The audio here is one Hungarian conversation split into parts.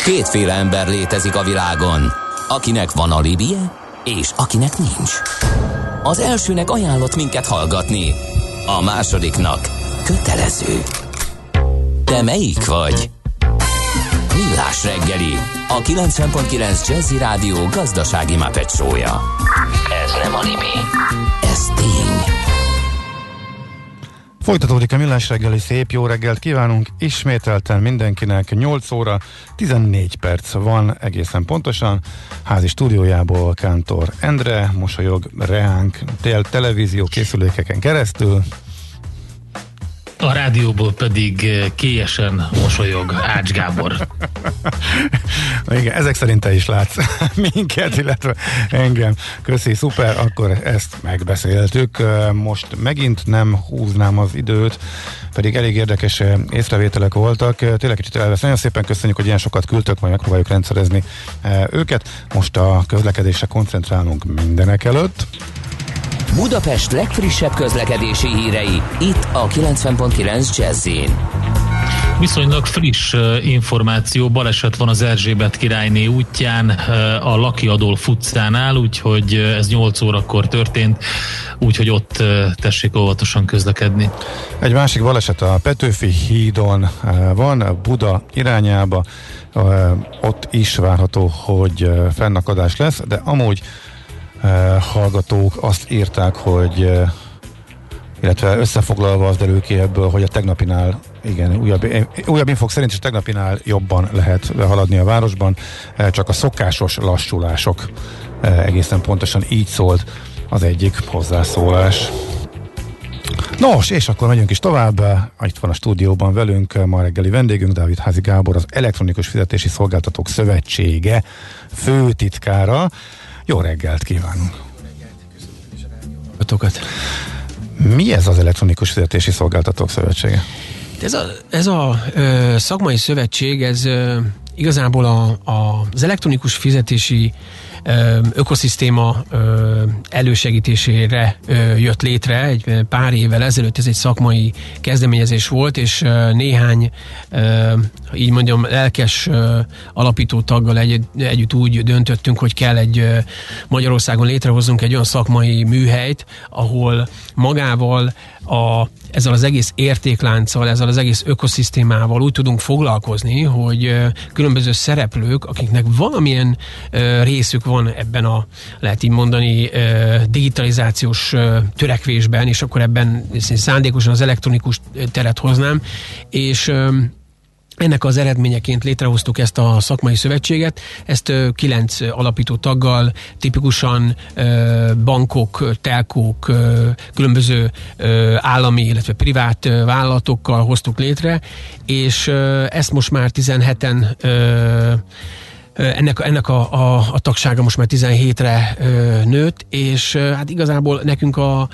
Kétféle ember létezik a világon, akinek van alibije, és akinek nincs. Az elsőnek ajánlott minket hallgatni, a másodiknak kötelező. Te melyik vagy? Millás reggeli, a 90.9 Jazzy Rádió gazdasági Muppet show-ja. Ez nem anime, ez tény. Folytatódik a Millás reggeli, szép jó reggelt kívánunk ismételten mindenkinek. 8 óra 14 perc van egészen pontosan. Házi stúdiójából Kántor Endre mosolyog reánk televízió készülékeken keresztül. A rádióból pedig kélyesen mosolyog Ács Gábor. Igen, ezek szerint te is látsz minket, illetve engem. Köszi, szuper, akkor ezt megbeszéltük. Most megint nem húznám az időt, pedig elég érdekes észrevételek voltak. Tényleg kicsit elvesz. Nagyon szépen köszönjük, hogy ilyen sokat küldtök, majd megpróbáljuk rendszerezni őket. Most a közlekedésre koncentrálunk mindenek előtt. Budapest legfrissebb közlekedési hírei, itt a 90.9 Jazzyn. Viszonylag friss információ, baleset van az Erzsébet királyné útján, a Laki Adolf utcánál, úgyhogy ez 8 órakor történt, úgyhogy ott tessék óvatosan közlekedni. Egy másik baleset a Petőfi hídon van, Buda irányába, ott is várható, hogy fennakadás lesz, de amúgy hallgatók azt írták, hogy illetve összefoglalva az derül ki ebből, hogy a tegnapinál, igen, újabb infók szerint is tegnapinál jobban lehet haladni a városban, csak a szokásos lassulások, egészen pontosan így szólt az egyik hozzászólás. Nos, és akkor megyünk is tovább. Itt van a stúdióban velünk ma reggeli vendégünk, Dávid Házi Gábor, az Elektronikus Fizetési Szolgáltatók Szövetsége főtitkára. Jó reggelt kívánunk! Mi ez az Elektronikus Fizetési Szolgáltatók Szövetsége? Ez a szakmai szövetség, ez igazából az elektronikus fizetési ökoszisztéma elősegítésére jött létre egy pár évvel ezelőtt. Ez egy szakmai kezdeményezés volt, és néhány így mondjam lelkes alapító taggal együtt úgy döntöttünk, hogy kell Magyarországon létrehozzunk egy olyan szakmai műhelyt, ahol magával ezzel az egész értéklánccal, ezzel az egész ökoszisztémával úgy tudunk foglalkozni, hogy különböző szereplők, akiknek valamilyen részük van ebben lehet így mondani, digitalizációs törekvésben, és akkor ebben szándékosan az elektronikus teret hoznám, és ennek az eredményeként létrehoztuk ezt a szakmai szövetséget, ezt 9 alapító taggal, tipikusan bankok, telkók, különböző állami, illetve privát vállalatokkal hoztuk létre, és ezt most már 17-en ennek a tagsága most már 17-re nőtt, és hát igazából nekünk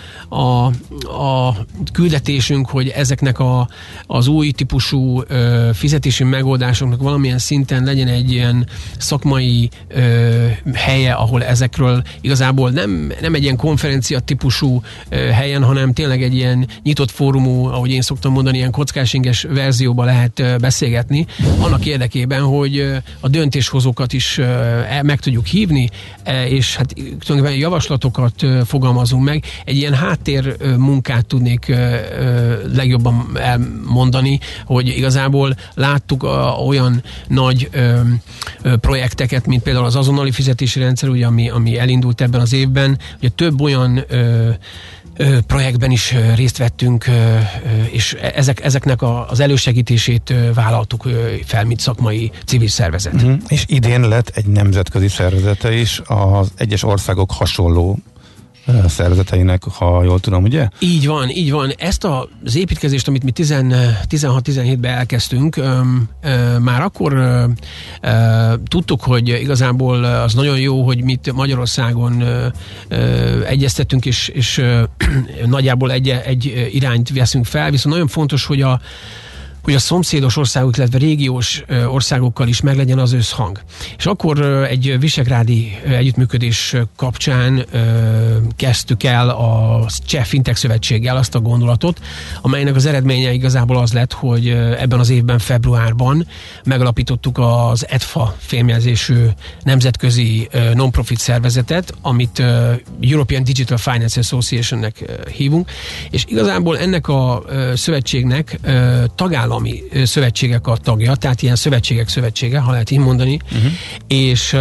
a küldetésünk, hogy ezeknek az új típusú fizetési megoldásoknak valamilyen szinten legyen egy ilyen szakmai helye, ahol ezekről igazából nem egy ilyen konferencia típusú helyen, hanem tényleg egy ilyen nyitott fórumú, ahogy én szoktam mondani, ilyen kockásinges verzióba lehet beszélgetni, annak érdekében, hogy a döntéshozókat is meg tudjuk hívni, és hát tulajdonképpen javaslatokat fogalmazunk meg. Egy ilyen háttér munkát tudnék legjobban elmondani, hogy igazából láttuk olyan nagy projekteket, mint például az azonnali fizetési rendszer, ugye, ami elindult ebben az évben, ugye több olyan projektben is részt vettünk, és ezeknek az elősegítését vállaltuk fel, mint szakmai civil szervezet. És idén lett egy nemzetközi szervezete is az egyes országok hasonló szervezeteinek, ha jól tudom, ugye? Így van. Ezt az építkezést, amit mi 16-17-ben elkezdtünk, már akkor tudtuk, hogy igazából az nagyon jó, hogy mit Magyarországon egyeztettünk, és nagyjából egy irányt veszünk fel, viszont nagyon fontos, hogy hogy a szomszédos országok, illetve régiós országokkal is meglegyen az összhang. És akkor egy visegrádi együttműködés kapcsán kezdtük el a Cseh Fintech Szövetséggel azt a gondolatot, amelynek az eredménye igazából az lett, hogy ebben az évben februárban megalapítottuk az EDFA fémjelzésű nemzetközi non-profit szervezetet, amit European Digital Finance Association-nek hívunk, és igazából ennek a szövetségnek tagállami szövetségek a tagja, tehát ilyen szövetségek szövetsége, ha lehet így mondani, és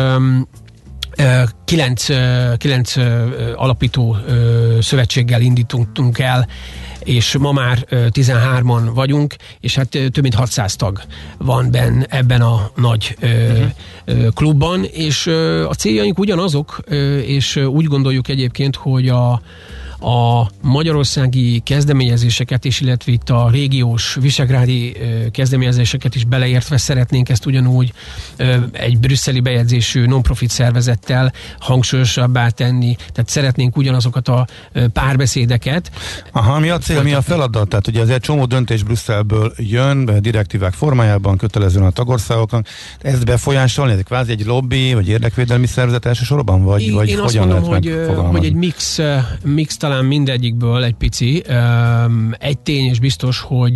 9 alapító szövetséggel indítunk el, és ma már 13-an vagyunk, és hát több mint 600 tag van ebben a nagy klubban, és a céljaink ugyanazok, és úgy gondoljuk egyébként, hogy a magyarországi kezdeményezéseket is, illetve itt a régiós visegrádi kezdeményezéseket is beleértve szeretnénk ezt ugyanúgy egy brüsszeli bejegyzésű non-profit szervezettel hangsúlyosabbá tenni, tehát szeretnénk ugyanazokat a párbeszédeket. Aha, mi a cél, mi a feladat? Tehát ugye azért csomó döntés Brüsszelből jön, direktívák formájában, kötelezően a tagországoknak. Ezt befolyásolni, ez kvázi egy lobby, vagy érdekvédelmi szervezet elsősorban? Vagy én hogyan azt mondom, hogy egy mix talán mindegyikből egy pici. Egy tény és biztos, hogy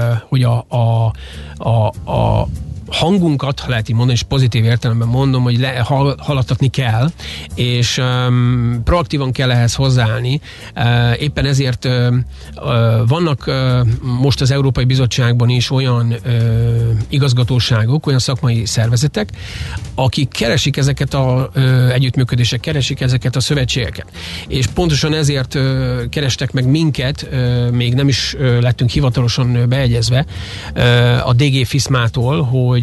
a hangunkat, ha lehet így mondani, és pozitív értelemben mondom, hogy hallattatni kell, és proaktívan kell ehhez hozzáállni. Éppen ezért vannak most az Európai Bizottságban is olyan igazgatóságok, olyan szakmai szervezetek, akik keresik ezeket az együttműködések, keresik ezeket a szövetségeket. És pontosan ezért kerestek meg minket, még nem is lettünk hivatalosan beegyezve a DG FISMA-tól, hogy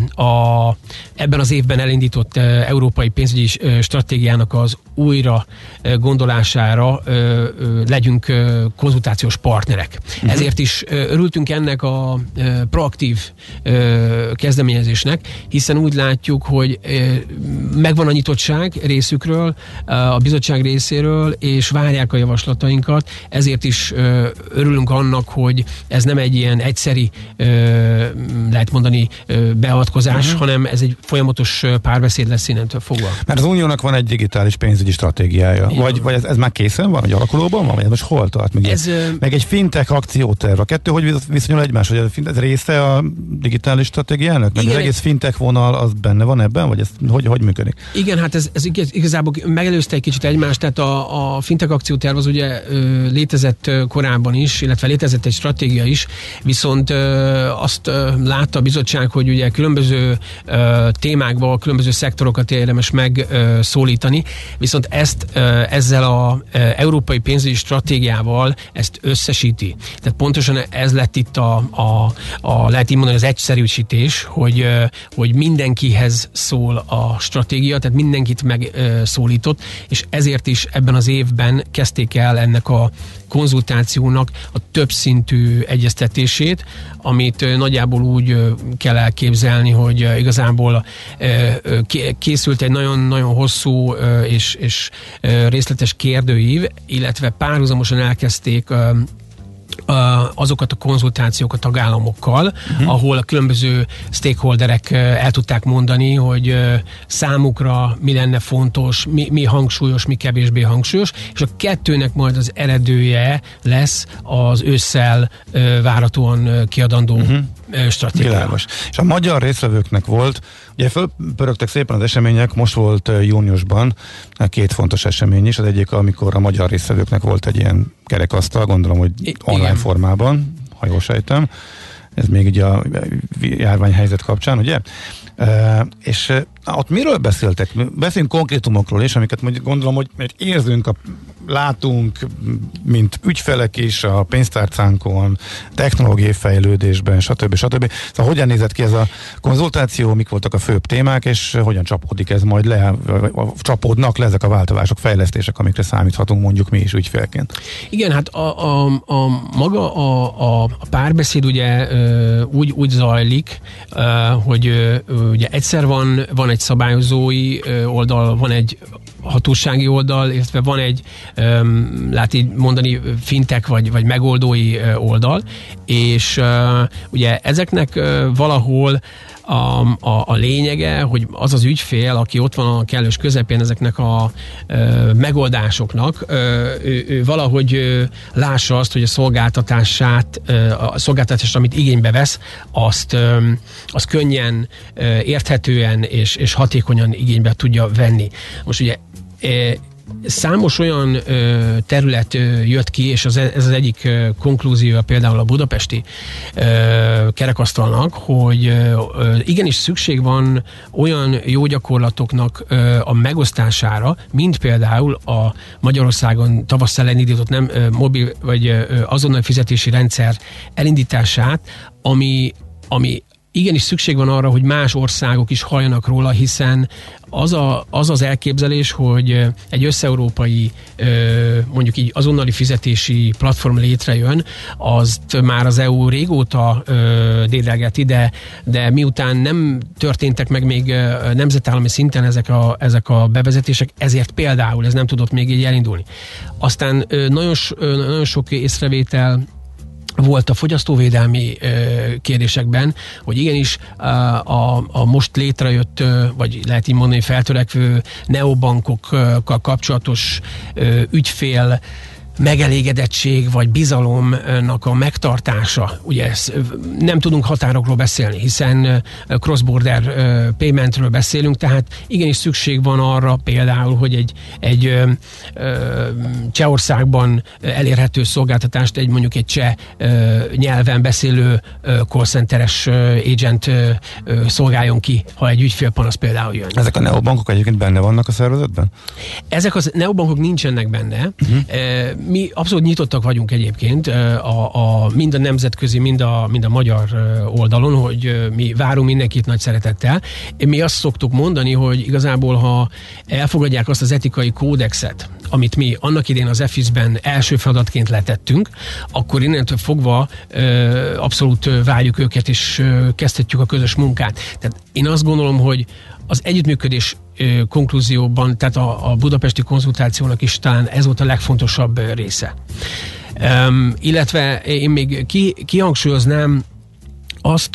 ebben az évben elindított európai pénzügyi stratégiának az újra gondolására legyünk konzultációs partnerek. Ezért is örültünk ennek a proaktív kezdeményezésnek, hiszen úgy látjuk, hogy megvan a nyitottság részükről, a bizottság részéről, és várják a javaslatainkat, ezért is örülünk annak, hogy ez nem egy ilyen egyszeri, lehet mondani, beavatkozás, hanem ez egy folyamatos párbeszéd lesz innentől fogva. Mert az Uniónak van egy digitális pénzügyi stratégiája. Vagy ez már készen van, vagy alakulóban van, vagy most hol tart? Meg egy fintech akcióterv. A kettő hogy viszonyul egymás, hogy ez része a digitális stratégiának? Meg igen, az egész fintech vonal az benne van ebben, vagy ez hogy működik? Igen, hát ez igazából megelőzte egy kicsit egymást, tehát a fintech akcióterv az ugye létezett korábban is, illetve létezett egy stratégia is, viszont azt látta a bizottság, hogy ugye különböző témákban, különböző szektorokat érdemes megszólítani, viszont ezzel az európai pénzügyi stratégiával ezt összesíti. Tehát pontosan ez lett itt lehet így mondani az egyszerűsítés, hogy mindenkihez szól a stratégia, tehát mindenkit megszólított, és ezért is ebben az évben kezdték el ennek a konzultációnak a többszintű egyeztetését, amit nagyjából úgy kell elképzelni, hogy igazából készült egy nagyon-nagyon hosszú és részletes kérdőív, illetve párhuzamosan elkezdték azokat a konzultációkat a tagállamokkal, ahol a különböző stakeholderek el tudták mondani, hogy számukra mi lenne fontos, mi hangsúlyos, mi kevésbé hangsúlyos, és a kettőnek majd az eredője lesz az ősszel várhatóan kiadandó stratégia. Világos. És a magyar résztvevőknek volt, ugye fölpörögtek szépen az események, most volt júniusban 2 fontos esemény is, az egyik, amikor a magyar résztvevőknek volt egy ilyen kerekasztal, gondolom, hogy online formában, ha jól sejtem, ez még ugye a járványhelyzet kapcsán, ugye? És ott miről beszéltek? Beszélünk konkrétumokról is, amiket mondjuk gondolom, hogy érzünk, látunk, mint ügyfelek is a pénztárcánkon, technológiai fejlődésben, stb. Szóval hogyan nézett ki ez a konzultáció, mik voltak a főbb témák, és hogyan csapódik ez majd le, csapódnak le ezek a változások, fejlesztések, amikre számíthatunk mondjuk mi is ügyfélként? Igen, hát maga a párbeszéd ugye úgy zajlik, hogy ugye egyszer van egy szabályozói oldal, van egy hatósági oldal, illetve van egy, lehet így mondani, fintech vagy megoldói oldal, és ugye ezeknek valahol a lényege, hogy az az ügyfél, aki ott van a kellős közepén ezeknek a megoldásoknak, ő valahogy lássa azt, hogy a szolgáltatást, amit igénybe vesz, azt könnyen, érthetően és hatékonyan igénybe tudja venni. Most ugye számos olyan terület jött ki, és ez az egyik konklúziója például a budapesti kerekasztalnak, hogy igenis szükség van olyan jó gyakorlatoknak a megosztására, mint például a Magyarországon tavasszal elindított nem mobil vagy azonnal fizetési rendszer elindítását, ami igenis szükség van arra, hogy más országok is halljanak róla, hiszen az elképzelés, hogy egy összeurópai mondjuk így azonnali fizetési platform létrejön, azt már az EU régóta dédelgeti, de miután nem történtek meg még nemzetállami szinten ezek a bevezetések, ezért például ez nem tudott még így elindulni. Aztán nagyon sok észrevétel volt a fogyasztóvédelmi kérdésekben, hogy igenis a most létrejött, vagy lehet így mondani feltörekvő neobankokkal kapcsolatos ügyfél megelégedettség vagy bizalomnak a megtartása. Ugye nem tudunk határokról beszélni, hiszen cross-border paymentről beszélünk, tehát igenis szükség van arra például, hogy egy Csehországban elérhető szolgáltatást mondjuk egy cseh nyelven beszélő call centeres agent szolgáljon ki, ha egy ügyfélpanasz például jön. Ezek a neobankok egyébként benne vannak a szervezetben? Ezek a neobankok nincsenek benne. Mi abszolút nyitottak vagyunk egyébként mind a nemzetközi, mind a magyar oldalon, hogy mi várunk mindenkit nagy szeretettel. Mi azt szoktuk mondani, hogy igazából, ha elfogadják azt az etikai kódexet, amit mi annak idén az EFIS-ben első feladatként letettünk, akkor innentől fogva abszolút várjuk őket, és kezdhetjük a közös munkát. Tehát én azt gondolom, hogy az együttműködés konklúzióban, tehát a budapesti konzultációnak is talán ez volt a legfontosabb része. Illetve én még kihangsúlyoznám azt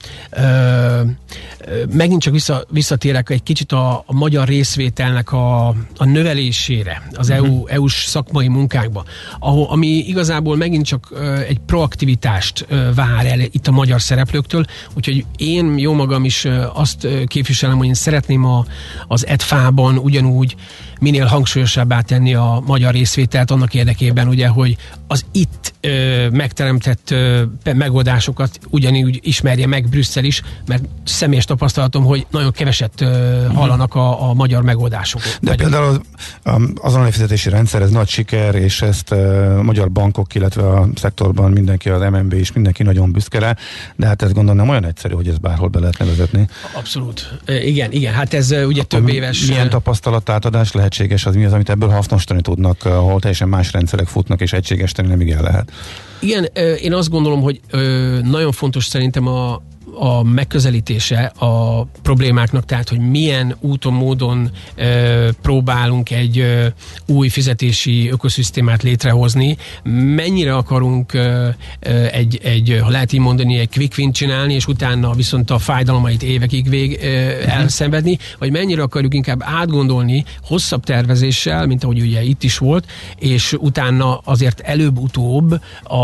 megint csak visszatérek egy kicsit a magyar részvételnek a növelésére az EU-s szakmai munkákba, ami igazából megint csak egy proaktivitást vár el itt a magyar szereplőktől, úgyhogy én jó magam is azt képviselem, hogy én szeretném az EDFA-ban ugyanúgy minél hangsúlyosabbá tenni a magyar részvételt annak érdekében, ugye, hogy az itt megteremtett megoldásokat ugyanúgy ismerje meg Brüsszel is, mert személyes tapasztalatom, hogy nagyon keveset hallanak a magyar megoldásokról. De például az azonnali fizetési rendszer, ez nagy siker, és ezt a magyar bankok, illetve a szektorban mindenki, az MNB is, mindenki nagyon büszke rá, de hát ez gondolom nem olyan egyszerű, hogy ezt bárhol be lehetne vezetni. Abszolút. Igen, hát ez ugye több éves... Milyen tapasztalatátadás lehetséges, az mi az, amit ebből hasznosítani tudnak, ahol teljesen más rendszerek futnak, és egységesíteni nem igen lehet? Igen, én azt gondolom, hogy nagyon fontos szerintem a megközelítése a problémáknak, tehát, hogy milyen úton, módon próbálunk egy új fizetési ökoszisztémát létrehozni, mennyire akarunk ha lehet így mondani, egy quick win csinálni, és utána viszont a fájdalmait évekig elszenvedni, vagy mennyire akarjuk inkább átgondolni hosszabb tervezéssel, mint ahogy ugye itt is volt, és utána azért előbb-utóbb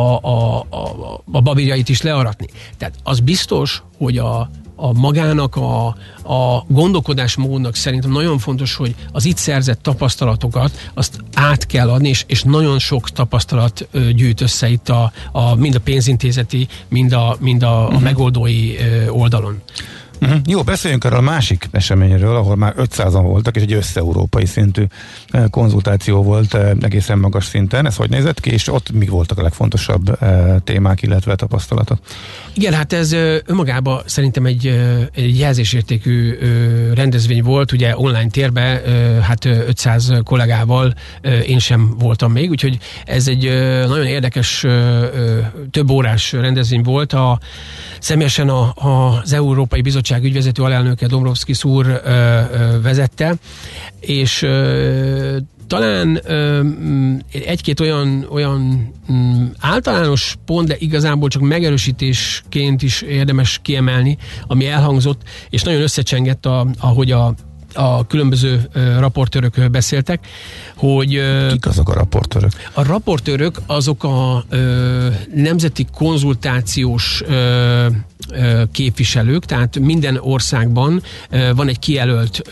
a babérjait is learatni. Tehát az biztos, hogy a magának, a gondolkodásmódnak szerintem nagyon fontos, hogy az itt szerzett tapasztalatokat azt át kell adni, és nagyon sok tapasztalat gyűjt össze itt mind a pénzintézeti, mind a megoldói oldalon. Jó, beszéljünk erről a másik eseményről, ahol már 500-an voltak, és egy össze-európai szintű konzultáció volt egészen magas szinten. Ez hogy nézett ki, és ott mik voltak a legfontosabb témák, illetve tapasztalatok? Igen, hát ez önmagában szerintem egy jelzésértékű rendezvény volt, ugye online térben, hát 500 kollégával én sem voltam még, úgyhogy ez egy nagyon érdekes, több órás rendezvény volt. Személyesen az Európai Bizottság Bizottság ügyvezető alelnöke Dombrovskis úr vezette, és talán egy-két olyan általános pont, de igazából csak megerősítésként is érdemes kiemelni, ami elhangzott, és nagyon összecsengett, ahogy a különböző raportőrök beszéltek, hogy... Kik azok a raportőrök? A raportőrök azok a nemzeti konzultációs képviselők, tehát minden országban van egy kijelölt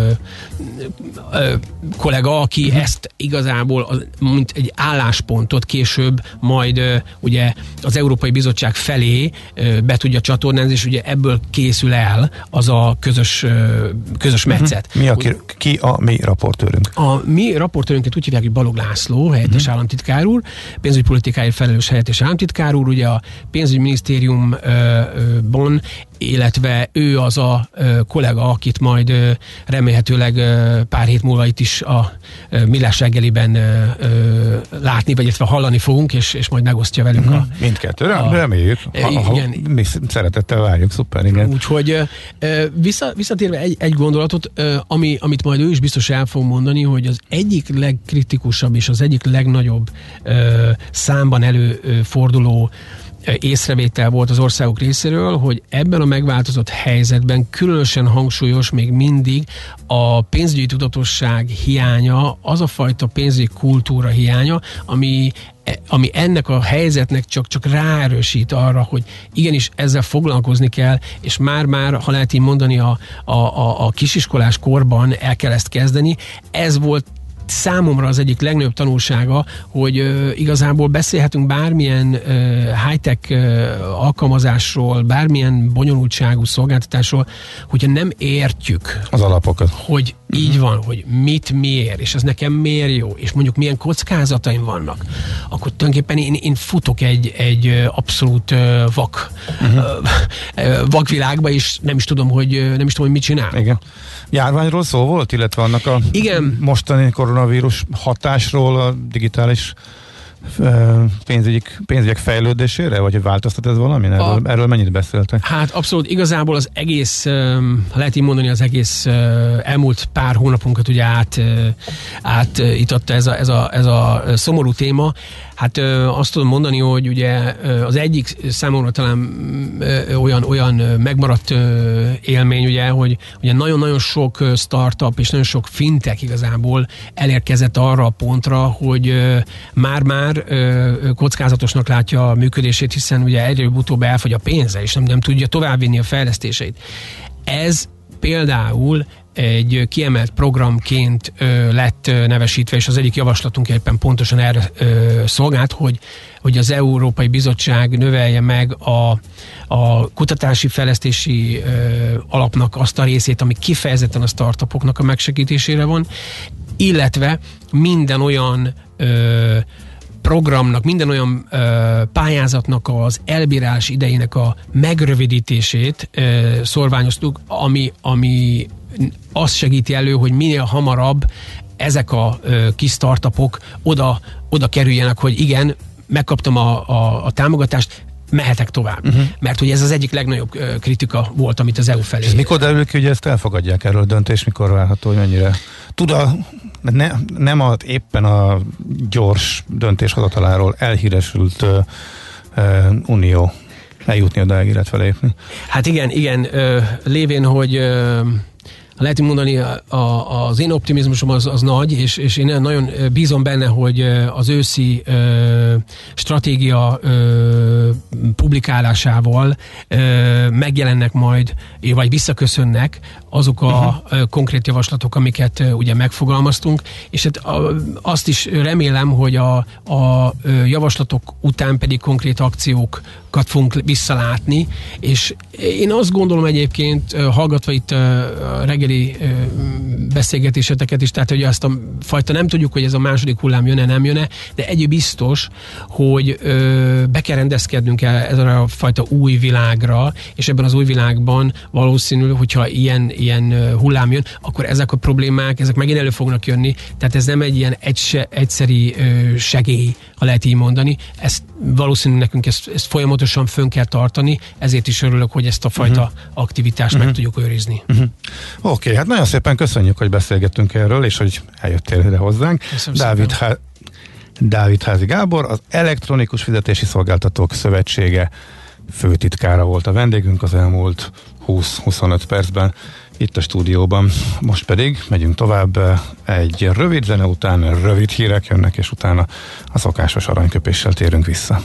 kollega, aki ezt igazából mint egy álláspontot később majd ugye az Európai Bizottság felé be tudja csatornázni, és ugye ebből készül el az a közös metszet. Ki a mi raportőrünk? A mi raportőrünket úgy hívják, hogy Balogh László, helyettes államtitkár úr, pénzügypolitikáért felelős helyettes államtitkár úr, ugye a pénzügyminisztériumban, illetve ő az a kollega, akit majd remélhetőleg pár hét múlva itt is a Millás reggeliben látni, vagy illetve hallani fogunk, és majd megosztja velünk mindkettő, reméljük. Igen. Mi szeretettel várjuk, szuper, igen. Úgyhogy visszatérve egy gondolatot, amit majd ő is biztos el fog mondani, hogy az egyik legkritikusabb és az egyik legnagyobb számban előforduló észrevétel volt az országok részéről, hogy ebben a megváltozott helyzetben különösen hangsúlyos még mindig a pénzügyi tudatosság hiánya, az a fajta pénzügyi kultúra hiánya, ami ennek a helyzetnek csak ráerősít arra, hogy igenis ezzel foglalkozni kell, és már, ha lehet így mondani, a kisiskolás korban el kell ezt kezdeni. Ez volt számomra az egyik legnagyobb tanulsága, hogy igazából beszélhetünk bármilyen high-tech alkalmazásról, bármilyen bonyolultságú szolgáltatásról, hogyha nem értjük az alapokat, hogy így van, hogy mit miért, és ez nekem miért jó, és mondjuk milyen kockázataim vannak, akkor tulajdonképpen én futok egy abszolút vakvilágba, és nem is tudom, hogy mit csinál. Igen. Járványról szó volt, illetve annak a mostani koronavírus hatásról a digitális pénzügyek fejlődésére, vagy változtat ez valamin? Erről mennyit beszéltek? Hát abszolút, igazából az egész, lehet így mondani, az egész elmúlt pár hónapunkat ugye átitatta ez a szomorú téma. Hát azt tudom mondani, hogy ugye az egyik számomra talán olyan megmaradt élmény, ugye, hogy ugye nagyon-nagyon sok startup és nagyon sok fintech igazából elérkezett arra a pontra, hogy már kockázatosnak látja a működését, hiszen ugye egyre-utóbb elfogy a pénze, és nem tudja továbbvinni a fejlesztéseit. Ez például egy kiemelt programként lett nevesítve, és az egyik javaslatunk éppen pontosan erre szolgált, hogy az Európai Bizottság növelje meg a kutatási fejlesztési alapnak azt a részét, ami kifejezetten a startupoknak a megsegítésére van, illetve minden olyan programnak, minden olyan pályázatnak az elbírálás idejének a megrövidítését szorványoztuk, ami azt segíti elő, hogy minél hamarabb ezek a kis startupok oda kerüljenek, hogy igen, megkaptam a támogatást, mehetek tovább. Mert hogy ez az egyik legnagyobb kritika volt, amit az EU felé. És mikor derül ki, hogy ezt elfogadják erről a döntés, mikor várható, hogy mennyire nem éppen a gyors döntéshozataláról elhíresült unió eljutni oda, illetve lépni? Hát igen, lévén, hogy lehet mondani, az én optimizmusom az nagy, és én nagyon bízom benne, hogy az őszi stratégia publikálásával megjelennek majd, vagy visszaköszönnek azok a konkrét javaslatok, amiket ugye megfogalmaztunk, és hát azt is remélem, hogy a javaslatok után pedig konkrét akciókat fogunk visszalátni, és én azt gondolom egyébként, hallgatva itt a reggeli beszélgetéseteket is, tehát hogy azt a fajta nem tudjuk, hogy ez a második hullám jön-e, nem jön-e, de egy biztos, hogy be kell rendezkednünk ezzel a fajta új világra, és ebben az új világban valószínű, hogyha ilyen hullám jön, akkor ezek a problémák, ezek megint elő fognak jönni, tehát ez nem egy ilyen egyszeri segély, ha lehet így mondani. Ezt valószínűleg nekünk ezt folyamatosan fönn kell tartani, ezért is örülök, hogy ezt a fajta aktivitást meg tudjuk őrizni. Oké, hát nagyon szépen köszönjük, hogy beszélgettünk erről, és hogy eljöttél ide hozzánk. Dávid Házi Gábor, az Elektronikus Fizetési Szolgáltatók Szövetsége főtitkára volt a vendégünk az elmúlt 20-25 percben itt a stúdióban. Most pedig megyünk tovább, egy rövid zene után rövid hírek jönnek, és utána a szokásos aranyköpéssel térünk vissza.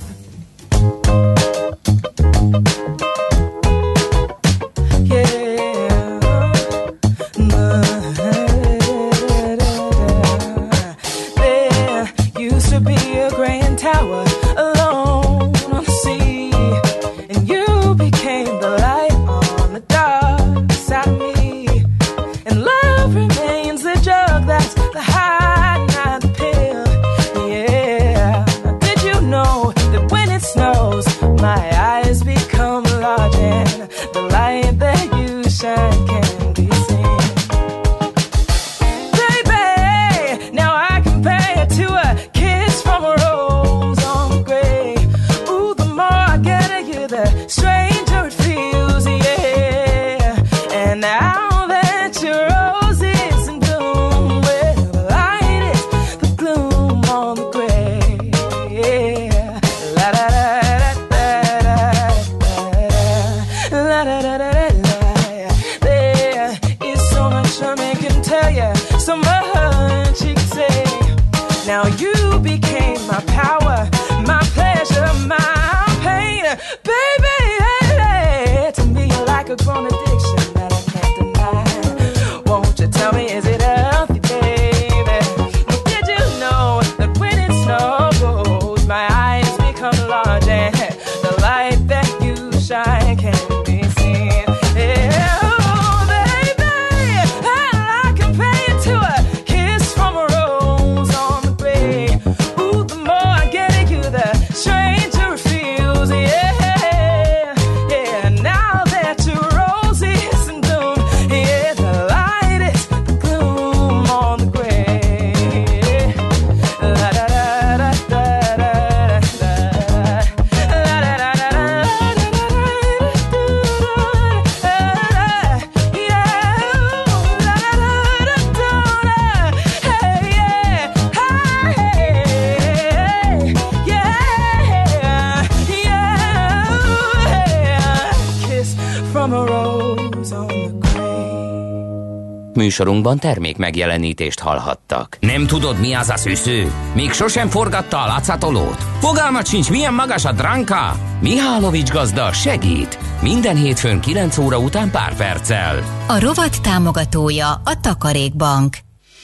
Műsorunkban termék megjelenítést hallhattak. Nem tudod, mi az a szűző? Még sosem forgatta a látszatolót? Fogalmat sincs, milyen magas a dránka? Mihálovics gazda segít! Minden hétfőn 9 óra után pár perccel. A rovat támogatója a Takarékbank.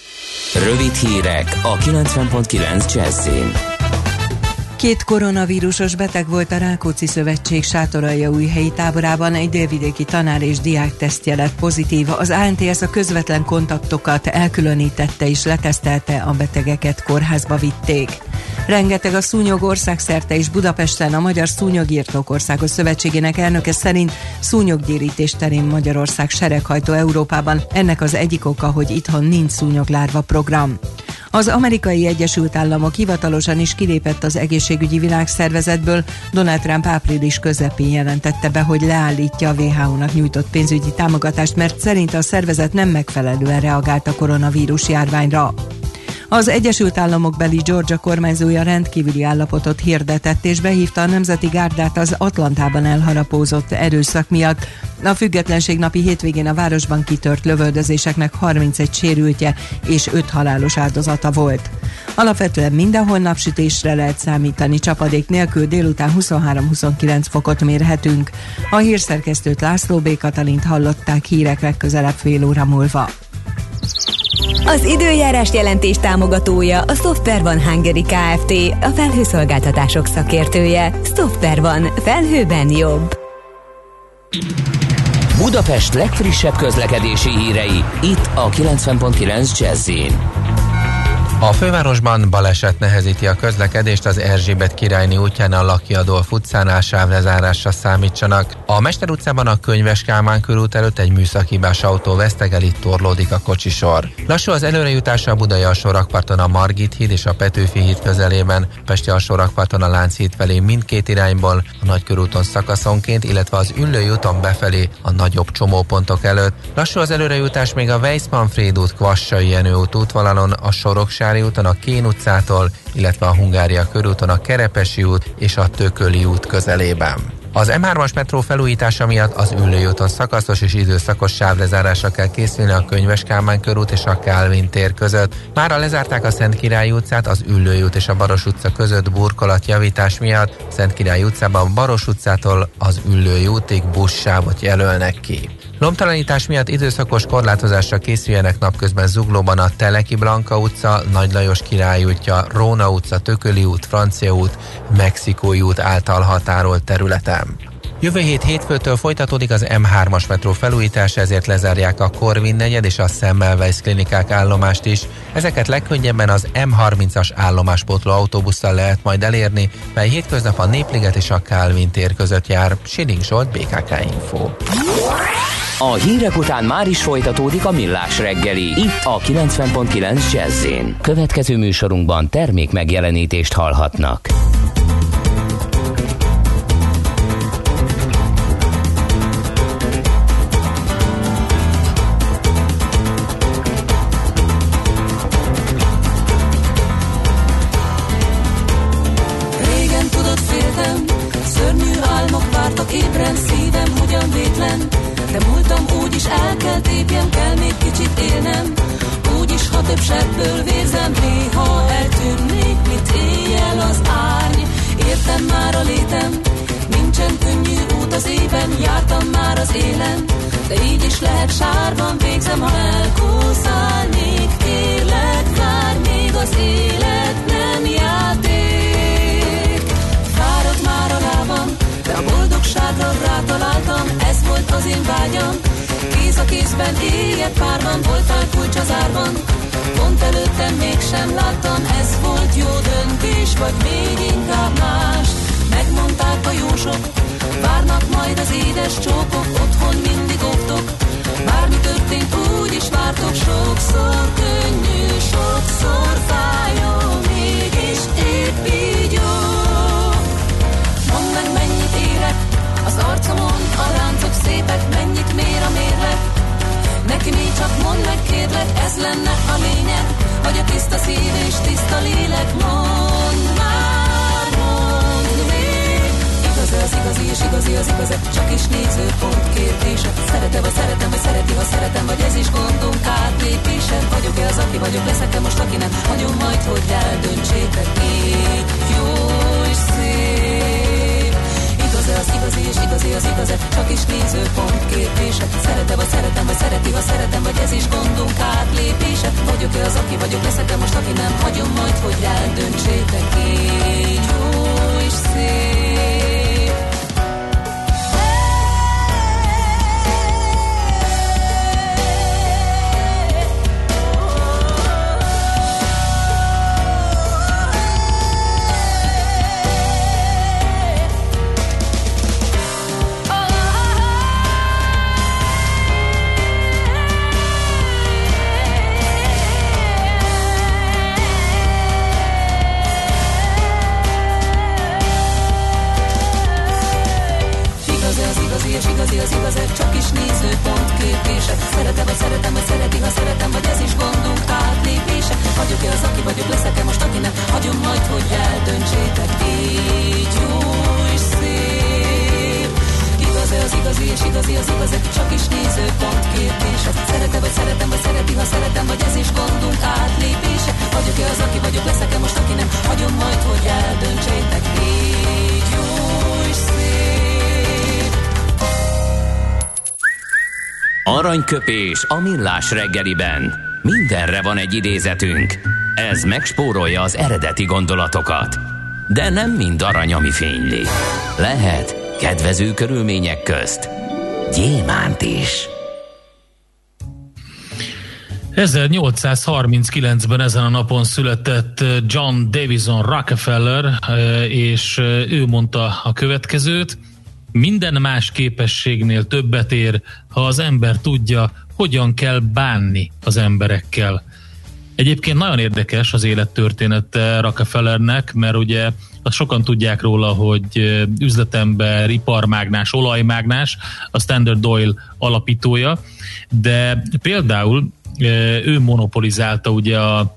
Rövid hírek a 90.9 Jazzin. 2 koronavírusos beteg volt a Rákóczi Szövetség Sátoraljaújhelyi táborában, egy délvidéki tanár és diák tesztje lett pozitív. Az ANTS a közvetlen kontaktokat elkülönítette és letesztelte, a betegeket kórházba vitték. Rengeteg a szúnyog országszerte, és Budapesten a Magyar Szúnyogirtók Országos Szövetségének elnöke szerint szúnyoggyérítés terén Magyarország sereghajtó Európában. Ennek az egyik oka, hogy itthon nincs szúnyoglárva program. Az Amerikai Egyesült Államok hivatalosan is kilépett az Egészségügyi Világszervezetből. Donald Trump április közepén jelentette be, hogy leállítja a WHO-nak nyújtott pénzügyi támogatást, mert szerint a szervezet nem megfelelően reagált a koronavírus járványra. Az Egyesült Államok beli Georgia kormányzója rendkívüli állapotot hirdetett, és behívta a Nemzeti Gárdát az Atlantában elharapózott erőszak miatt. A függetlenség napi hétvégén a városban kitört lövöldözéseknek 31 sérültje és 5 halálos áldozata volt. Alapvetően mindenhol napsütésre lehet számítani, csapadék nélkül, délután 23-29 fokot mérhetünk. A hírszerkesztőt, László B. Katalint hallották, hírek legközelebb fél óra múlva. Az időjárás jelentés támogatója a Software One Hungary Kft., a felhőszolgáltatások szakértője. Software One. Felhőben jobb. Budapest legfrissebb közlekedési hírei, itt a 90.9 Jazzin. A fővárosban baleset nehezíti a közlekedést az Erzsébet királyné útján a Laki Adolf utcánál sávlezárásra számítsanak. A Mester utcában a Könyves Kálmán körút előtt egy műszakibás autó vesztegel, itt torlódik a kocsisor. Lassú az előrejutása a Budai alsórakparton a Margit híd és a Petőfi híd közelében, Pesti alsórakparton a Lánchíd felé mindkét irányból, a Nagykörúton szakaszonként, illetve az Üllői úton befelé a nagyobb csomópontok előtt. Lassú az előrejutás még a Weiss-Manfréd út, Kvassai Jenő út útvonalon, a Soroksári úton a Kén utcától, illetve a Hungária körúton a Kerepesi út és a Tököli út közelében. Az M3-as metró felújítása miatt az Üllői úton szakaszos és időszakos sávlezárásra kell készülni a Könyves Kálmán körút és a Kálvin tér között. Mára lezárták a Szentkirályi utcát, az Üllői út és a Baros utca között burkolatjavítás miatt. Szentkirályi utcában Baros utcától az Üllői útig buszsávot jelölnek ki. Lomtalanítás miatt időszakos korlátozásra készüljenek napközben Zuglóban a Teleki Blanka utca, Nagy Lajos Király útja, Róna utca, Tököli út, Francia út, Mexikói út által határolt területen. Jövő hét hétfőtől folytatódik az M3-as metró felújítása, ezért lezárják a Korvin negyed és a Semmelweis klinikák állomást is. Ezeket legkönnyebben az M30-as állomáspótló autóbusszal lehet majd elérni, mely hétköznap a Népliget és a Kálvin tér között jár. Siling Zsolt, BKK Info. A hírek után már is folytatódik a Millás reggeli, itt a 90.9 Jazz-én. Következő műsorunkban termék megjelenítést hallhatnak. Régen tudod, féltem, szörnyű álmok vártak ébren, szívem hogyan vétlen. De múltam úgyis el kell tépjem, kell még kicsit élnem. Úgyis, ha több sebből vérzem, néha eltűnnék, mint éjjel az árny. Értem már a létem, nincsen könnyű út az éven, jártam már az élen, de így is lehet, sárban végzem, ha elkúszálnék. Kérlek, várj, még az élet nem játék. Fáradt már a lábam, de a boldogságra rátaláltam, ez volt az én vágyam. Kéz a kézben, éjjel párban, voltál kulcs az árban. Pont előttem mégsem láttam, ez volt jó döntés, vagy még inkább más. Megmondták a jósok, várnak majd az édes csókok, otthon mindig óvtok. Bármi történt, úgy is vártok, sokszor könnyű, sokszor fájó, mégis épp így jó. Mondd meg, mennyit érek, az arcomon a láncok szépek, mennyit mér a mérleg. Neki még csak mondd meg, kérlek, ez lenne a lényeg, hogy a tiszta szív és tiszta lélek. Mondd már, mondd még, igaz az igazi és igazi az igazat, csak is nézőpont kérdése. Szeretem, vagy szeretem, vagy szereti, ha szeretem, vagy ez is gondunk átlépése. Vagyok-e az, aki vagyok, leszek-e most, aki nem, hagyom majd, hogy eldöntsétek. Így jó és szép, az igazi és igazi az igazat, csak is nézőpont kérdése. Szeretem, vagy szeretem, vagy szereti, ha szeretem, vagy ez is gondunk átlépése. Vagyok-e az, aki vagyok, leszek-e most, aki nem, hagyom majd, hogy eldöntsétek. Így jó és szép. Az igazat, csak is nézőpont kérdése. Szeretem, vagy szeretem, vagy szereti, ha szeretem, vagy ez is gondunk átlépése. Vagyok-e az, aki vagyok, leszek-e most, aki nem, hagyom majd, hogy eldöntsétek. Így jó és szép. Igaz-e az igazi és igazi az igazat, csak is nézőpont kérdése. Szeretem, vagy szeretem, vagy szereti, ha szeretem, vagy ez is gondunk átlépése. Vagyok-e az, aki vagyok, leszek-e most, aki nem, hagyom majd, hogy eldöntsétek. Így jó és szép. Aranyköpés a Millás reggeliben. Mindenre van egy idézetünk. Ez megspórolja az eredeti gondolatokat. De nem mind arany, ami fényli. Lehet kedvező körülmények közt gyémánt is. 1839-ben ezen a napon született John Davison Rockefeller, és ő mondta a következőt: minden más képességnél többet ér, ha az ember tudja, hogyan kell bánni az emberekkel. Egyébként nagyon érdekes az élettörténete Rockefellernek, mert ugye azt sokan tudják róla, hogy üzletember, iparmágnás, olajmágnás, a Standard Oil alapítója, de például ő monopolizálta ugye a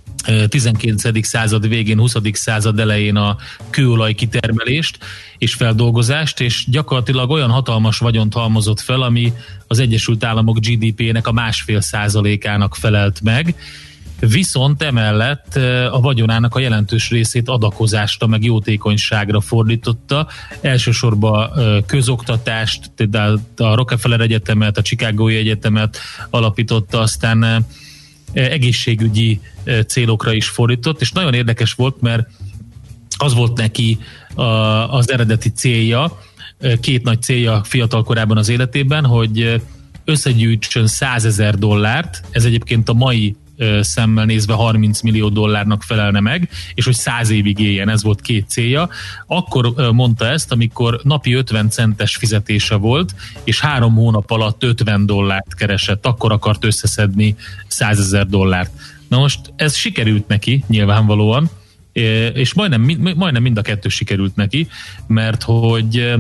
19. század végén, 20. század elején a kőolaj kitermelést és feldolgozást, és gyakorlatilag olyan hatalmas vagyont halmozott fel, ami az Egyesült Államok GDP-nek a 1,5%-ának felelt meg, viszont emellett a vagyonának a jelentős részét adakozásra, meg jótékonyságra fordította. Elsősorban közoktatást, tehát a Rockefeller Egyetemet, a Chicagói Egyetemet alapította, aztán egészségügyi célokra is fordított, és nagyon érdekes volt, mert az volt neki az eredeti célja, két nagy célja fiatal korában az életében, hogy összegyűjtsön $100,000, ez egyébként a mai szemmel nézve $30 millió felelne meg, és hogy 100 évig éljen, ez volt két célja. Akkor mondta ezt, amikor napi 50 centes fizetése volt, és 3 hónap alatt $50 keresett, akkor akart összeszedni $100,000. Na most ez sikerült neki, nyilvánvalóan, és majdnem mind a kettő sikerült neki, mert hogy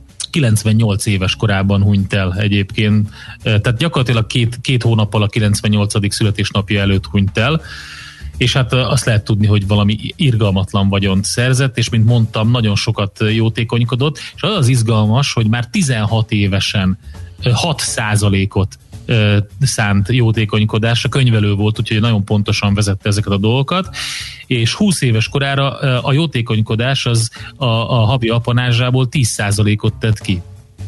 98 éves korában hunyt el egyébként, tehát gyakorlatilag két hónappal a 98. születésnapja előtt hunyt el, és hát azt lehet tudni, hogy valami irgalmatlan vagyont szerzett, és mint mondtam, nagyon sokat jótékonykodott, és az izgalmas, hogy már 16 évesen 6%-ot szánt jótékonykodásra, könyvelő volt, úgyhogy nagyon pontosan vezette ezeket a dolgokat, és 20 éves korára a jótékonykodás az a havi apanázsából 10%-ot tett ki.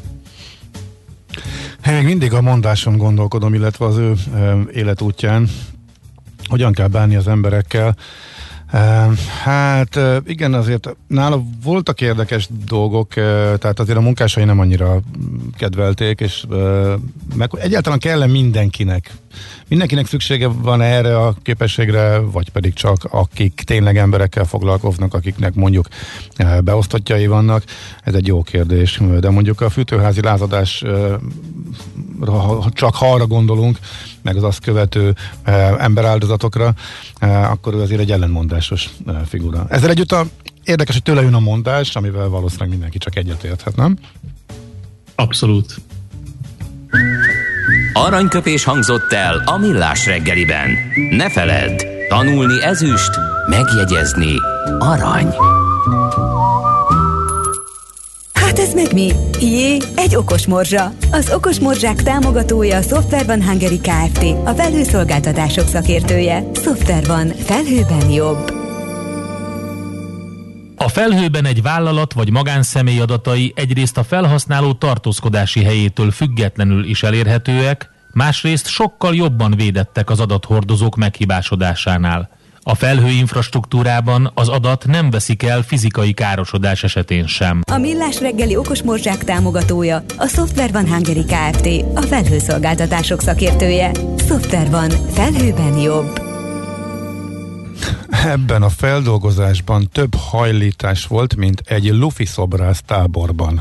Én még mindig a mondáson gondolkodom, illetve az ő életútján, hogyan kell bánni az emberekkel. Hát igen, azért nála voltak érdekes dolgok, tehát azért a munkásai nem annyira kedvelték, és meg egyáltalán kell mindenkinek szüksége van erre a képességre, vagy pedig csak akik tényleg emberekkel foglalkoznak, akiknek mondjuk beosztottjai vannak, ez egy jó kérdés, de mondjuk a fűtőházi lázadás csak ha arra gondolunk, meg az azt követő emberáldozatokra, akkor ő azért egy ellenmondásos figura. Ezzel együtt érdekes, hogy tőle jön a mondás, amivel valószínűleg mindenki csak egyetérthet, nem? Abszolút. Aranyköpés hangzott el a Millás reggeliben. Ne feledd, tanulni ezüst, megjegyezni arany. Hát ez meg mi? Jé, egy okos morzsa. Az okos morzsák támogatója a Software One Hungary Kft., a felhőszolgáltatások szakértője. Software One. Felhőben jobb. A felhőben egy vállalat vagy magánszemély adatai egyrészt a felhasználó tartózkodási helyétől függetlenül is elérhetőek, másrészt sokkal jobban védettek az adathordozók meghibásodásánál. A felhő infrastruktúrában az adat nem veszik el fizikai károsodás esetén sem. A Millás reggeli okos morzsák támogatója a Software One Hungary Kft., a felhőszolgáltatások szakértője. Software One. Felhőben jobb. Ebben a feldolgozásban több hajlítás volt, mint egy lufi szobrász táborban.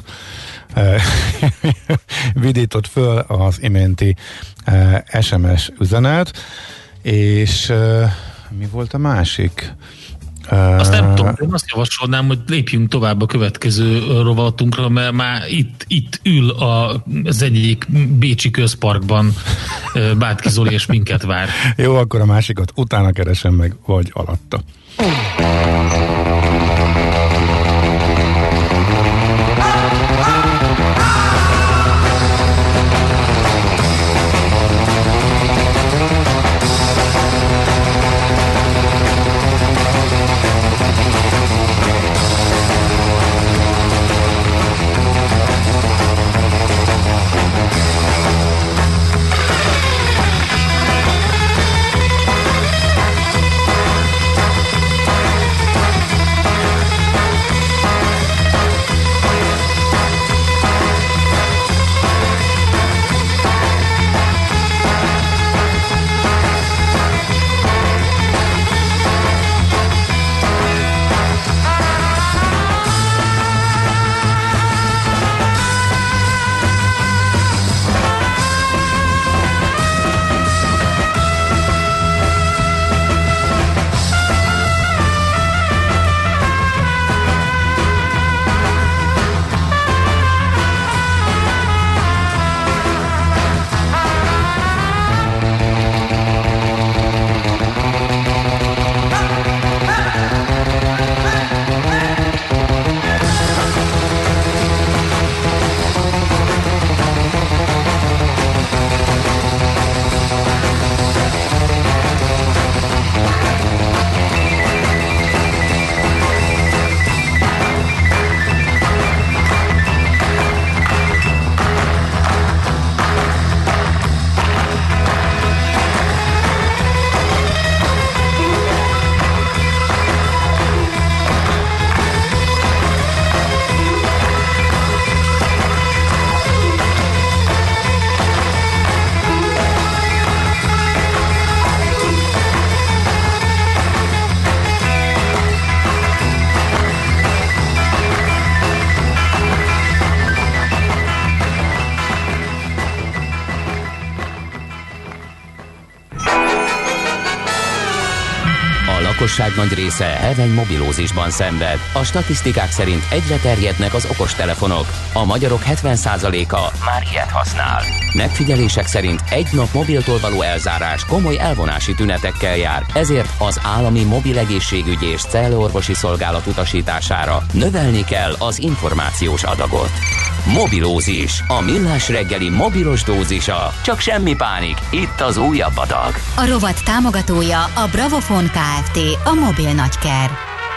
Vidított föl az iménti SMS üzenet, és mi volt a másik? Azt nem tudom, én azt javasolnám, hogy lépjünk tovább a következő rovatunkra, mert már itt ül az egyik bécsi közparkban Bátki Zoli, és minket vár. Jó, akkor a másikat utána keresem meg, vagy alatta. lakosság nagy része heveny mobilózisban szenved. A statisztikák szerint egyre terjednek az okostelefonok. A magyarok 70%-a már ilyet használ. Megfigyelések szerint egy nap mobiltól való elzárás komoly elvonási tünetekkel jár, ezért az állami mobil egészségügyi és cellorvosi szolgálat utasítására növelni kell az információs adagot. Mobilózis, a millás reggeli mobilos dózisa. Csak semmi pánik, itt az újabb adag. A rovat támogatója a Bravofon Kft. A mobil nagyker.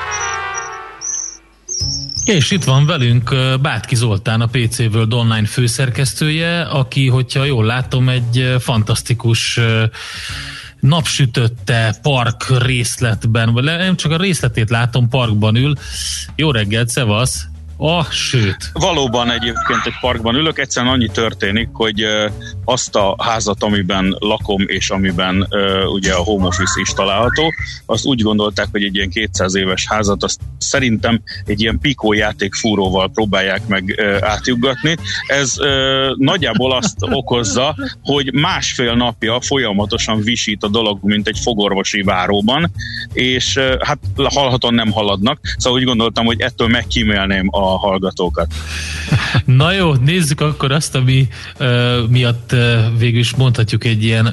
És itt van velünk Bátki Zoltán, a PC World online főszerkesztője, aki, hogyha jól látom, egy fantasztikus napsütötte park részletben, vagy nem csak a részletét látom, parkban ül. Jó reggelt, szevasz! Sőt. Valóban egyébként egy parkban ülök, egyszerűen annyi történik, hogy azt a házat, amiben lakom, és amiben ugye a home office is található, azt úgy gondolták, hogy egy ilyen 200 éves házat, azt szerintem egy ilyen pikó játékfúróval próbálják meg átjuggatni. Ez nagyjából azt okozza, hogy másfél napja folyamatosan visít a dolog, mint egy fogorvosi váróban, és hát hallhatóan nem haladnak, szóval úgy gondoltam, hogy ettől megkímélném a hallgatókat. Na jó, nézzük akkor azt, ami miatt végül is mondhatjuk egy ilyen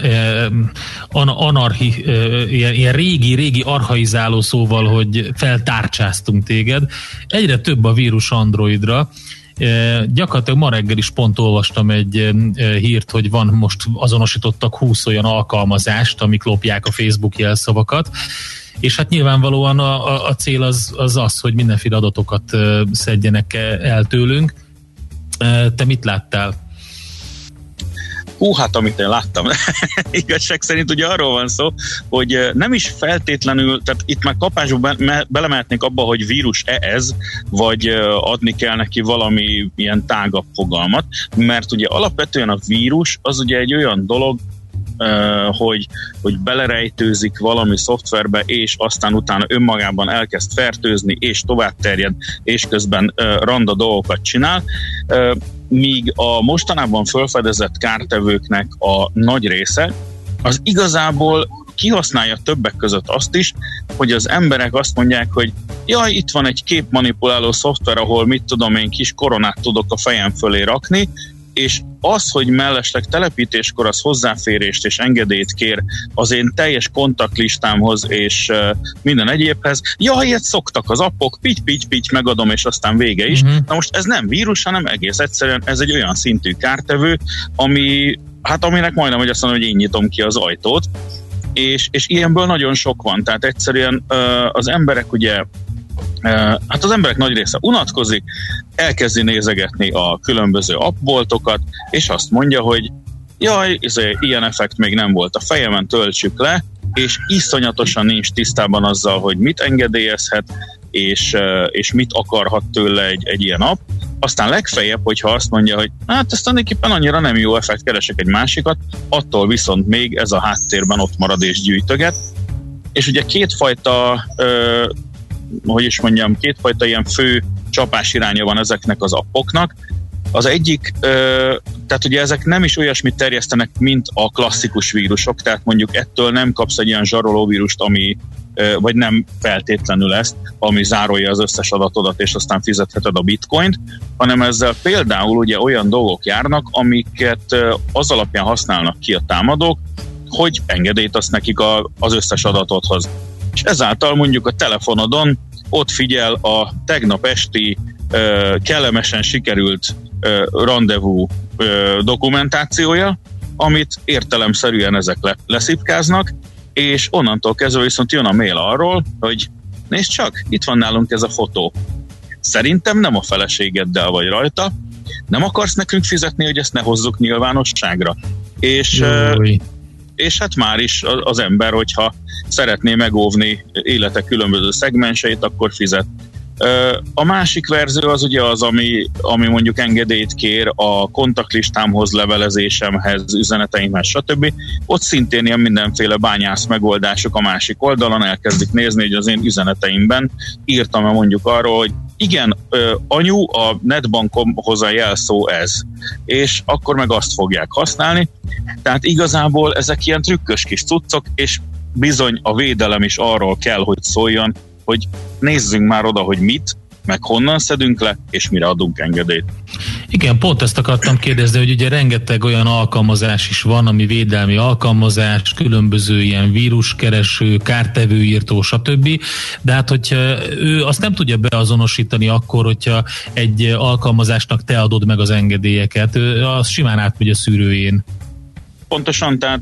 ilyen régi archaizáló szóval, hogy feltárcsáztunk téged. Egyre több a vírus Androidra. Gyakorlatilag ma reggel is pont olvastam egy hírt, hogy van most azonosítottak 20 olyan alkalmazást, amik lopják a Facebook jelszavakat. És hát nyilvánvalóan a cél az, hogy mindenféle adatokat szedjenek el tőlünk. Te mit láttál? Hát amit én láttam, igazság szerint ugye arról van szó, hogy nem is feltétlenül, tehát itt már kapásból belemehetnénk abba, hogy vírus-e ez, vagy adni kell neki valami ilyen tágabb fogalmat, mert ugye alapvetően a vírus az ugye egy olyan dolog, hogy belerejtőzik valami szoftverbe, és aztán utána önmagában elkezd fertőzni, és tovább terjed, és közben randa dolgokat csinál, míg a mostanában felfedezett kártevőknek a nagy része, az igazából kihasználja többek között azt is, hogy az emberek azt mondják, hogy jaj, itt van egy képmanipuláló szoftver, ahol mit tudom én, kis koronát tudok a fejem fölé rakni, és az, hogy mellesleg telepítéskor az hozzáférést és engedélyt kér az én teljes kontaktlistámhoz és minden egyébhez, ilyet szoktak az appok, pitty, megadom, és aztán vége is. Na most ez nem vírus, hanem egész egyszerűen ez egy olyan szintű kártevő, aminek majdnem, hogy azt mondom, hogy én nyitom ki az ajtót, és ilyenből nagyon sok van, tehát egyszerűen az emberek ugye az emberek nagy része unatkozik, elkezdi nézegetni a különböző appboltokat, és azt mondja, hogy jaj, ilyen effekt még nem volt a fejemen, töltsük le, és iszonyatosan nincs tisztában azzal, hogy mit engedélyezhet, és mit akarhat tőle egy ilyen app. Aztán legfeljebb, hogyha azt mondja, hogy hát ez tulajdonképpen annyira nem jó effekt, keresek egy másikat, attól viszont még ez a háttérben ott marad és gyűjtöget. És ugye kétfajta ilyen fő csapás iránya van ezeknek az appoknak. Az egyik, tehát ugye ezek nem is olyasmit terjesztenek, mint a klasszikus vírusok, tehát mondjuk ettől nem kapsz egy ilyen zsarolóvírust, vagy nem feltétlenül ezt, ami zárolja az összes adatodat, és aztán fizetheted a bitcoint, hanem ezzel például ugye olyan dolgok járnak, amiket az alapján használnak ki a támadók, hogy engedélyt adsz nekik az összes adatodhoz. És ezáltal mondjuk a telefonodon ott figyel a tegnap esti kellemesen sikerült randevú dokumentációja, amit értelemszerűen ezek leszipkáznak, és onnantól kezdve viszont jön a mail arról, hogy nézd csak, itt van nálunk ez a fotó. Szerintem nem a feleségeddel vagy rajta, nem akarsz nekünk fizetni, hogy ezt ne hozzuk nyilvánosságra. És hát már is az ember, hogyha szeretné megóvni élete különböző szegmenseit, akkor fizet. A másik verzió az ugye az, ami mondjuk engedélyt kér a kontaktlistámhoz, levelezésemhez, üzeneteimhez, stb. Ott szintén ilyen mindenféle bányász megoldások a másik oldalon, elkezdik nézni, hogy az én üzeneteimben írtam-e mondjuk arról, hogy igen, anyu, a netbankomhoz a jelszó ez, és akkor meg azt fogják használni. Tehát igazából ezek ilyen trükkös kis cuccok, és bizony a védelem is arról kell, hogy szóljon, hogy nézzünk már oda, hogy mit, meg honnan szedünk le, és mire adunk engedélyt. Igen, pont ezt akartam kérdezni, hogy ugye rengeteg olyan alkalmazás is van, ami védelmi alkalmazás, különböző ilyen víruskereső, kártevőírtó, stb. De hát, hogyha ő azt nem tudja beazonosítani akkor, hogyha egy alkalmazásnak te adod meg az engedélyeket, az simán átmegy a szűrőjén. Pontosan, tehát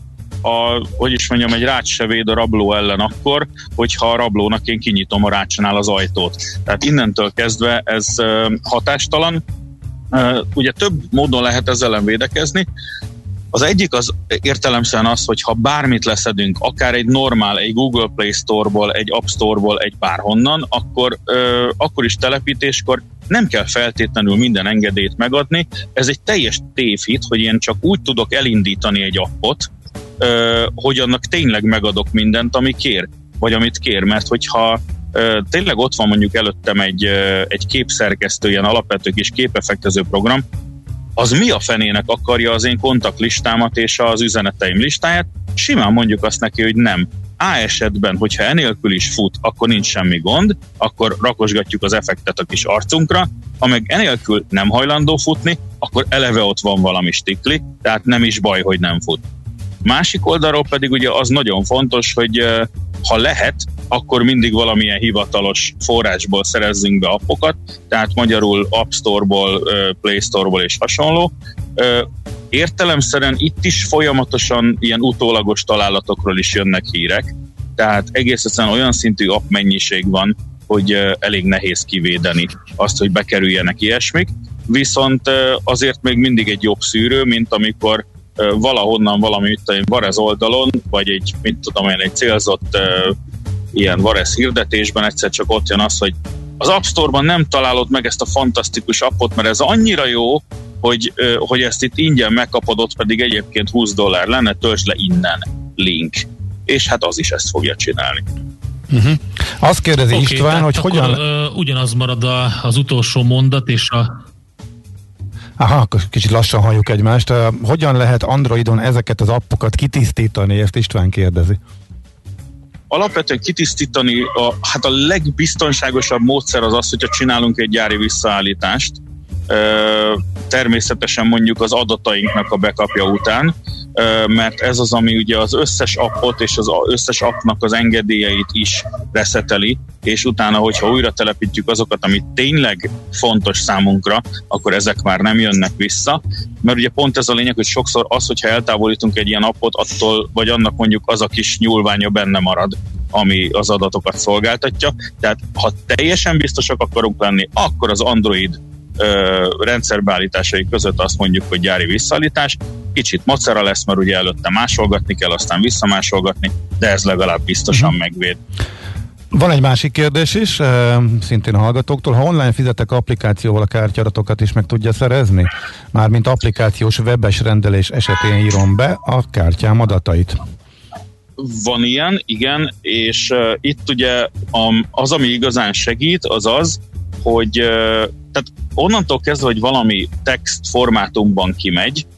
egy rács se véd a rabló ellen akkor, hogyha a rablónak én kinyitom a rácsnál az ajtót. Tehát innentől kezdve ez hatástalan. Ugye több módon lehet ezzel ellen védekezni. Az egyik az értelemszerűen az, hogy ha bármit leszedünk, akár egy normál, egy Google Play Store-ból, egy App Store-ból, egy bárhonnan, akkor is telepítéskor nem kell feltétlenül minden engedélyt megadni. Ez egy teljes tévhit, hogy én csak úgy tudok elindítani egy appot, hogy annak tényleg megadok mindent, ami kér, vagy amit kér, mert hogyha tényleg ott van mondjuk előttem egy képszerkesztő, ilyen alapvető kis képeffektező program, az mi a fenének akarja az én kontaktlistámat és az üzeneteim listáját, simán mondjuk azt neki, hogy nem. A esetben, hogyha enélkül is fut, akkor nincs semmi gond, akkor rakosgatjuk az effektet a kis arcunkra, ha meg enélkül nem hajlandó futni, akkor eleve ott van valami stikli, tehát nem is baj, hogy nem fut. Másik oldalról pedig ugye az nagyon fontos, hogy ha lehet, akkor mindig valamilyen hivatalos forrásból szerezzünk be appokat, tehát magyarul App Store-ból, Play Store-ból és hasonló. Értelemszerűen itt is folyamatosan ilyen utólagos találatokról is jönnek hírek, tehát egész egyszerűen olyan szintű app mennyiség van, hogy elég nehéz kivédeni azt, hogy bekerüljenek ilyesmik, viszont azért még mindig egy jobb szűrő, mint amikor valahonnan valami Varez oldalon, vagy egy célzott ilyen Varez hirdetésben egyszer csak ott jön az, hogy az App Store-ban nem találod meg ezt a fantasztikus appot, mert ez annyira jó, hogy ezt itt ingyen megkapod, ott pedig egyébként $20 lenne, töltsd le innen, link. És hát az is ezt fogja csinálni. Azt kérdezi István, hogy hogyan... ugyanaz marad az utolsó mondat, és Aha, kicsit lassan halljuk egymást. Hogyan lehet Androidon ezeket az appokat kitisztítani? Ezt István kérdezi. Alapvetően kitisztítani a legbiztonságosabb módszer az, hogyha csinálunk egy gyári visszaállítást. Természetesen mondjuk az adatainknak a backupja után, mert ez az, ami ugye az összes appot és az összes appnak az engedélyeit is reszeteli, és utána, hogyha újra telepítjük azokat, amit tényleg fontos számunkra, akkor ezek már nem jönnek vissza, mert ugye pont ez a lényeg, hogy sokszor az, hogyha eltávolítunk egy ilyen appot, attól, vagy annak mondjuk az a kis nyúlványa benne marad, ami az adatokat szolgáltatja. Tehát ha teljesen biztosak akarunk lenni, akkor az Android rendszerbeállításai között azt mondjuk, hogy gyári visszaállítás. Kicsit macera lesz, mert ugye előtte másolgatni kell, aztán visszamásolgatni, de ez legalább biztosan megvéd. Van egy másik kérdés is, szintén a hallgatóktól. Ha online fizetek applikációval, a kártyadatokat is meg tudja szerezni? Mármint applikációs webes rendelés esetén írom be a kártyám adatait. Van ilyen, igen, és itt ugye az, ami igazán segít, az, hogy tehát onnantól kezdve, hogy valami text formátumban kimegy,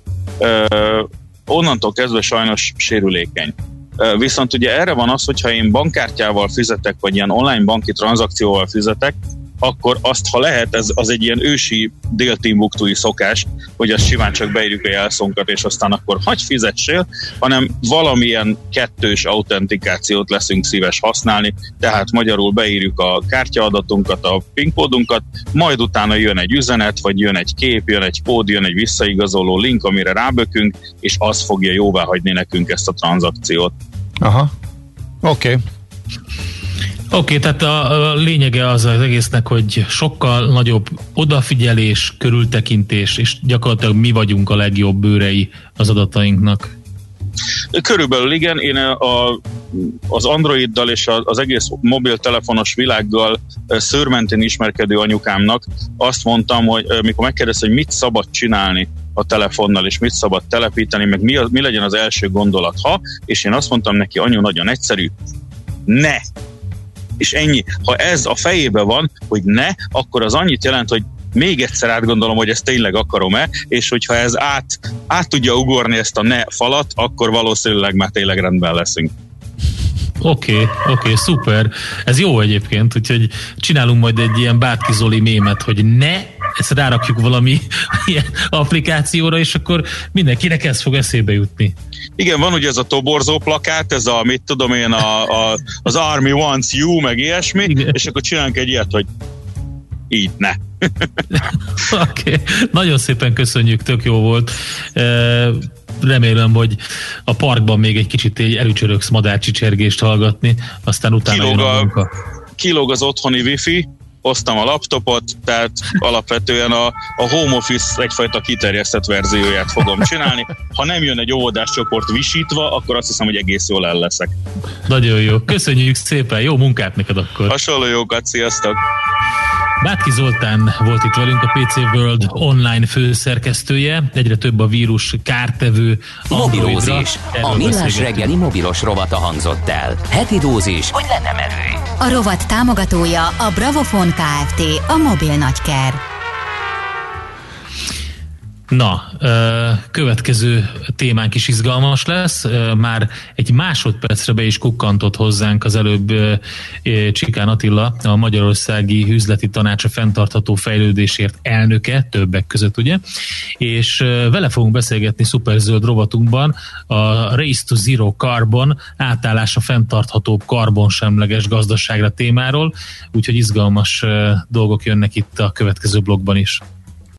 onnantól kezdve sajnos sérülékeny. Viszont ugye erre van az, hogyha én bankkártyával fizetek, vagy ilyen online banki tranzakcióval fizetek, akkor azt, ha lehet, az egy ilyen ősi dél-timbuktui szokás, hogy azt simán csak beírjuk a jelszónkat, és aztán akkor hagy fizetsél, hanem valamilyen kettős autentikációt leszünk szíves használni, tehát magyarul beírjuk a kártyaadatunkat, a PIN kódunkat, majd utána jön egy üzenet, vagy jön egy kép, jön egy kód, jön egy visszaigazoló link, amire rábökünk, és az fogja jóváhagyni nekünk ezt a tranzakciót. Aha, oké. Oké, tehát a lényege az egésznek, hogy sokkal nagyobb odafigyelés, körültekintés, és gyakorlatilag mi vagyunk a legjobb bőrei az adatainknak. Körülbelül igen, én az Androiddal és az egész mobiltelefonos világgal szőrmentén ismerkedő anyukámnak azt mondtam, hogy mikor megkérdezte, hogy mit szabad csinálni a telefonnal, és mit szabad telepíteni, meg mi legyen az első gondolat, és én azt mondtam neki, anyu, nagyon egyszerű, ne! És ennyi. Ha ez a fejében van, hogy ne, akkor az annyit jelent, hogy még egyszer átgondolom, hogy ezt tényleg akarom-e, és hogyha ez át tudja ugorni ezt a ne falat, akkor valószínűleg már tényleg rendben leszünk. Oké, szuper. Ez jó egyébként, úgyhogy csinálunk majd egy ilyen Bátki Zoli mémet, hogy ezt rárakjuk valami ilyen applikációra, és akkor mindenkinek ez fog eszébe jutni. Igen, van ugye ez a toborzó plakát, ez a, mit tudom én, az Army Wants You, meg ilyesmi, igen. És akkor csinálunk egy ilyet, hogy így ne. Oké. Nagyon szépen köszönjük, tök jó volt. Remélem, hogy a parkban még egy kicsit előcsöröksz madárcsicsergést hallgatni, aztán utána jön a munka. Kilóg az otthoni wifi, hoztam a laptopot, tehát alapvetően a home office egyfajta kiterjesztett verzióját fogom csinálni. Ha nem jön egy óvodás csoport visítva, akkor azt hiszem, hogy egész jól el leszek. Nagyon jó. Köszönjük szépen, jó munkát neked akkor. Hasonló jókat, sziasztok! Bátki Zoltán volt itt velünk, a PC World online főszerkesztője. Egyre több a vírus kártevő Mobilózis. A Millás reggeli mobilos rovata hangzott el. Heti dózis, hogy lenne merő. A rovat támogatója a Bravofon Kft. A mobil nagyker. Na, következő témánk is izgalmas lesz. Már egy másodpercre be is kukkantott hozzánk az előbb Csikán Attila, a Magyarországi Üzleti Tanács a fenntartható fejlődésért elnöke, többek között, ugye? És vele fogunk beszélgetni szuperzöld rovatunkban a Race to Zero Carbon, átállás a fenntartható karbonsemleges gazdaságra témáról, úgyhogy izgalmas dolgok jönnek itt a következő blogban is.